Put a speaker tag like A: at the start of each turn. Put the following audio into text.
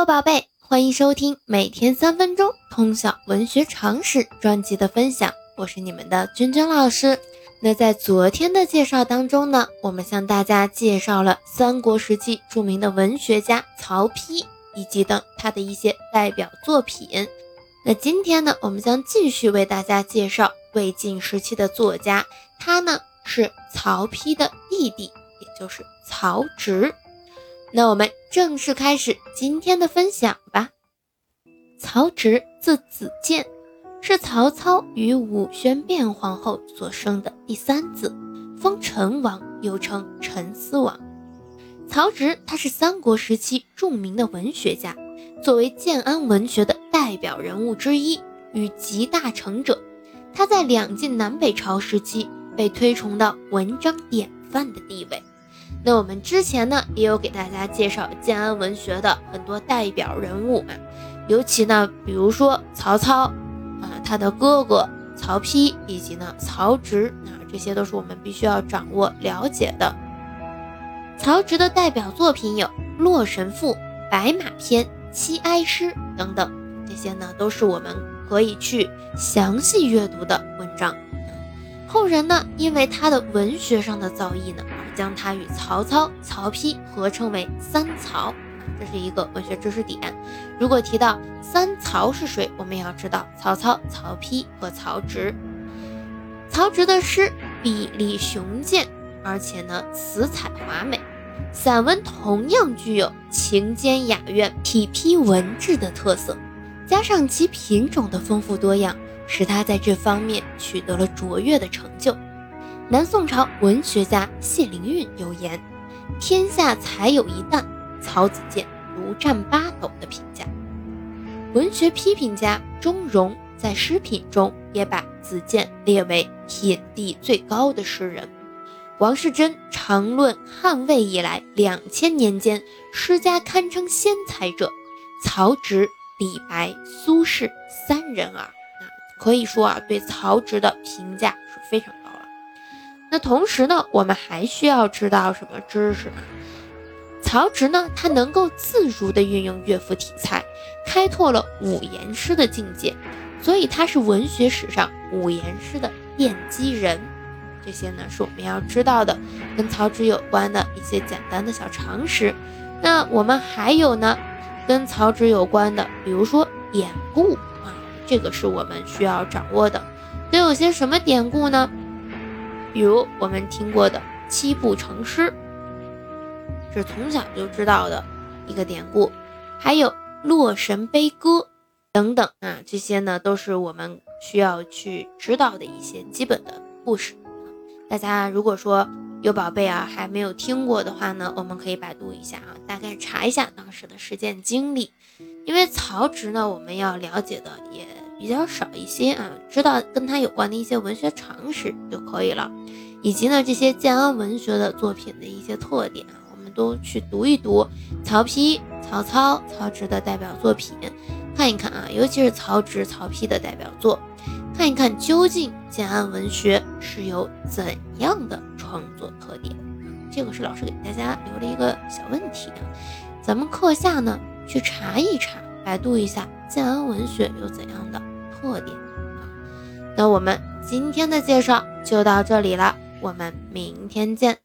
A: 宝贝，欢迎收听每天3分钟通晓文学常识专辑的分享，我是你们的娟娟老师。那在昨天的介绍当中呢，我们向大家介绍了三国时期著名的文学家曹丕以及他的一些代表作品。那今天呢，我们将继续为大家介绍魏晋时期的作家，他呢是曹丕的弟弟，也就是曹植。那我们正式开始今天的分享吧。曹植字子建，是曹操与武宣变皇后所生的第三子，封陈王，又称陈思王。曹植他是三国时期著名的文学家，作为建安文学的代表人物之一与集大成者，他在两晋南北朝时期被推崇到文章典范的地位。那我们之前呢也有给大家介绍建安文学的很多代表人物尤其呢比如说曹操他的哥哥曹丕以及呢曹植这些都是我们必须要掌握了解的。曹植的代表作品有《洛神赋》《白马篇》《七哀诗》等等，这些呢都是我们可以去详细阅读的文章。后人呢因为他的文学上的造诣呢，而将他与曹操、曹丕合称为三曹，这是一个文学知识点。如果提到三曹是谁，我们要知道曹操、曹丕和曹植。曹植的诗笔力雄健，而且呢词采华美，散文同样具有情兼雅苑、体批文质的特色，加上其品种的丰富多样，使他在这方面取得了卓越的成就。南宋朝文学家谢灵运有言：天下才有一旦，曹子建如占八斗的评价。文学批评家钟嵘在诗品中也把子建列为品第最高的诗人。王世贞常论汉魏以来2000年间诗家堪称先才者，曹植、李白、苏轼三人耳。可以说对曹植的评价是非常高了。那同时呢，我们还需要知道什么知识呢？曹植呢，他能够自如地运用乐府体裁，开拓了五言诗的境界，所以他是文学史上五言诗的奠基人。这些呢是我们要知道的跟曹植有关的一些简单的小常识。那我们还有呢跟曹植有关的，比如说典故这个是我们需要掌握的。都有些什么典故呢？比如我们听过的七步成诗，是从小就知道的一个典故，还有洛神悲歌等等这些呢都是我们需要去知道的一些基本的故事。大家如果说有宝贝还没有听过的话呢，我们可以百度一下大概查一下当时的实践经历。因为曹植呢我们要了解的也比较少一些知道跟他有关的一些文学常识就可以了，以及呢这些建安文学的作品的一些特点我们都去读一读曹丕、曹操、曹植的代表作品，看一看尤其是曹植、曹丕的代表作，看一看究竟建安文学是有怎样的创作特点。这个是老师给大家留了一个小问题咱们课下呢去查一查，百度一下建安文学有怎样的特点那我们今天的介绍就到这里了，我们明天见。